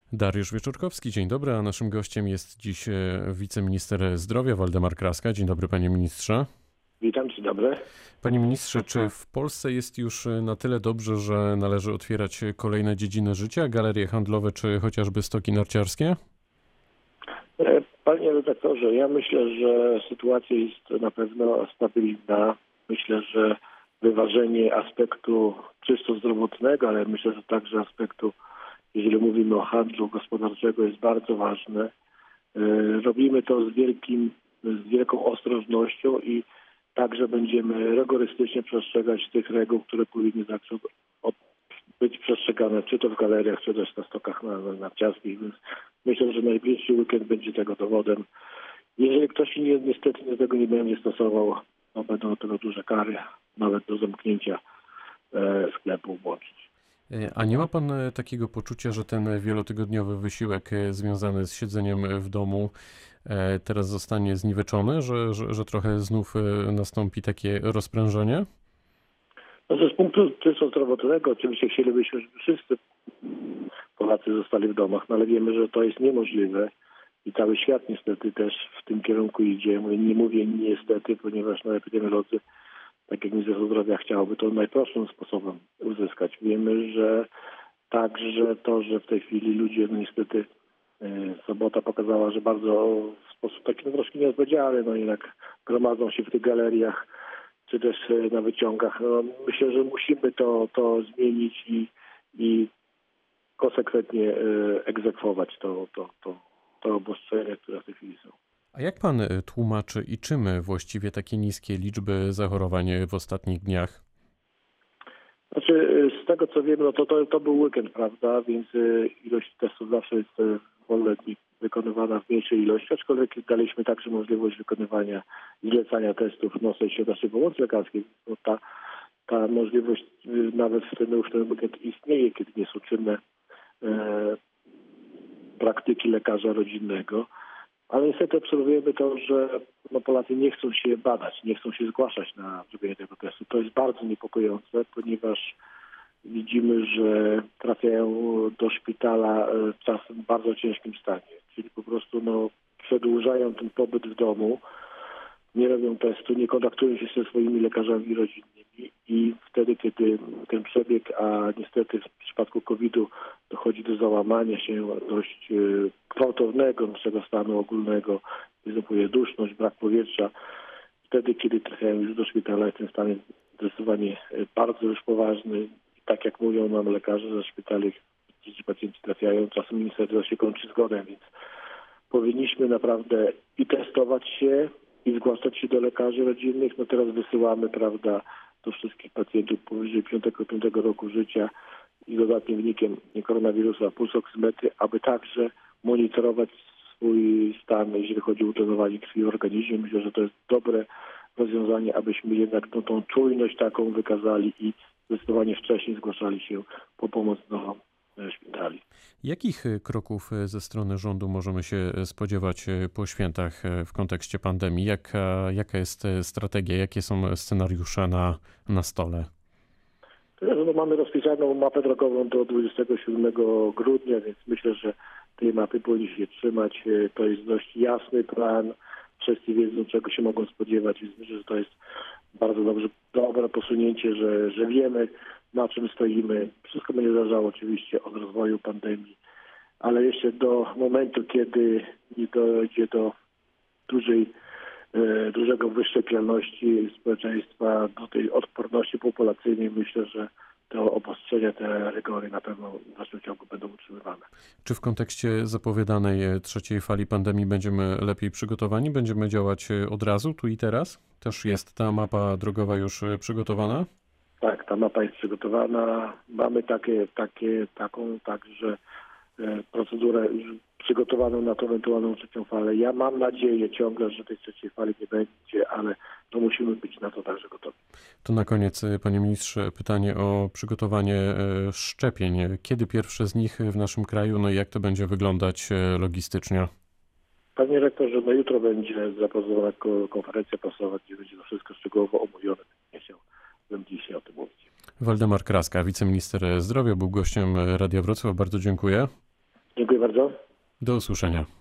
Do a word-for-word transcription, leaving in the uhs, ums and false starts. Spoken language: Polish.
Dariusz Wieczorkowski, dzień dobry, a naszym gościem jest dziś e, wiceminister zdrowia Waldemar Kraska. Dzień dobry, panie ministrze. Witam, dzień dobry. Panie ministrze, czy w Polsce jest już na tyle dobrze, że należy otwierać kolejne dziedziny życia, galerie handlowe czy chociażby stoki narciarskie? Panie redaktorze, ja myślę, że sytuacja jest na pewno stabilna. Myślę, że wyważenie aspektu czysto zdrowotnego, ale myślę, że także aspektu, jeżeli mówimy o handlu gospodarczego, jest bardzo ważne. Robimy to z wielkim, z wielką ostrożnością i także będziemy rygorystycznie przestrzegać tych reguł, które powinny być przestrzegane, czy to w galeriach, czy też na stokach narciarskich. Więc myślę, że najbliższy weekend będzie tego dowodem. Jeżeli ktoś nie, niestety tego nie będzie stosował, to będą tego duże kary, nawet do zamknięcia e, sklepu włączyć. A nie ma pan takiego poczucia, że ten wielotygodniowy wysiłek związany z siedzeniem w domu teraz zostanie zniweczony, że, że, że trochę znów nastąpi takie rozprężenie? No, z punktu czysto zdrowotnego oczywiście chcielibyśmy, żeby wszyscy Polacy zostali w domach, no ale wiemy, że to jest niemożliwe i cały świat niestety też w tym kierunku idzie. Nie mówię niestety, ponieważ no, epidemiolodzy, tak jak Ministerstwo Zdrowia chciałoby to najprostszym sposobem uzyskać. Wiemy, że także to, że w tej chwili ludzie, no niestety e, sobota pokazała, że bardzo w sposób taki no, troszkę nieodpowiedzialny, no jednak gromadzą się w tych galeriach, czy też e, na wyciągach. No, myślę, że musimy to, to zmienić i, i konsekwentnie e, egzekwować to, to, to, to obostrzenia, które w tej chwili są. A jak pan tłumaczy i czym właściwie takie niskie liczby zachorowań w ostatnich dniach? Znaczy, z tego co wiem, no to, to, to był weekend, prawda, więc ilość testów zawsze jest wolne wykonywana w mniejszej ilości, aczkolwiek daliśmy także możliwość wykonywania i zlecania testów nosem się naszej pomocy lekarskiej. No ta, ta możliwość nawet w ten, w ten weekend istnieje, kiedy nie są czynne e, praktyki lekarza rodzinnego. Ale niestety obserwujemy to, że no, Polacy nie chcą się badać, nie chcą się zgłaszać na zrobienie tego testu. To jest bardzo niepokojące, ponieważ widzimy, że trafiają do szpitala czasem w bardzo ciężkim stanie. Czyli po prostu no, przedłużają ten pobyt w domu, nie robią testu, nie kontaktują się ze swoimi lekarzami rodzinnymi i wtedy, kiedy ten przebieg, a niestety w przypadku kowida dochodzi do załamania się dość gwałtownego naszego stanu ogólnego, występuje duszność, brak powietrza, wtedy, kiedy trafiają już do szpitala, jest ten stan jest zdecydowanie bardzo już poważny. I tak jak mówią nam lekarze ze szpitali, gdzie ci pacjenci trafiają, czasem niestety się kończy zgonem, więc powinniśmy naprawdę i testować się, i zgłaszać się do lekarzy rodzinnych. No teraz wysyłamy, prawda, do wszystkich pacjentów powyżej piątego piątego roku życia i dodatnim wynikiem koronawirusa pulsoksymetry, aby także monitorować swój stan, jeżeli chodzi o utlenowanie krwi w organizmie. Myślę, że to jest dobre rozwiązanie, abyśmy jednak no, tą czujność taką wykazali i zdecydowanie wcześniej zgłaszali się po pomoc do szpitali. Jakich kroków ze strony rządu możemy się spodziewać po świętach w kontekście pandemii? Jaka, jaka jest strategia? Jakie są scenariusze na, na stole? No, mamy rozpisaną mapę drogową do dwudziestego siódmego grudnia, więc myślę, że tej mapy powinni się trzymać. To jest dość jasny plan. Wszyscy wiedzą, czego się mogą spodziewać, więc myślę, że to jest bardzo dobrze, dobre posunięcie, że, że wiemy, na czym stoimy. Wszystko będzie zależało oczywiście od rozwoju pandemii, ale jeszcze do momentu, kiedy nie dojdzie do dużej, e, dużego wyszczepialności społeczeństwa, do tej odporności populacyjnej, myślę, że te obostrzenia, te rygory na pewno w dalszym ciągu będą utrzymywane. Czy w kontekście zapowiadanej trzeciej fali pandemii będziemy lepiej przygotowani? Będziemy działać od razu, tu i teraz? Też jest ta mapa drogowa już przygotowana? Tak, ta mapa jest przygotowana. Mamy takie, takie, taką także e, procedurę już przygotowaną na tą ewentualną trzecią falę. Ja mam nadzieję ciągle, że tej trzeciej fali nie będzie, ale to musimy być na to także gotowi. To na koniec, panie ministrze, pytanie o przygotowanie szczepień. Kiedy pierwsze z nich w naszym kraju, no i jak to będzie wyglądać logistycznie? Panie rektorze, no jutro będzie zaplanowana konferencja prasowa, gdzie będzie to wszystko szczegółowo omówione. Nie chciałbym dzisiaj o tym mówić. Waldemar Kraska, wiceminister zdrowia, był gościem Radia Wrocław. Bardzo dziękuję. Dziękuję bardzo. Do usłyszenia.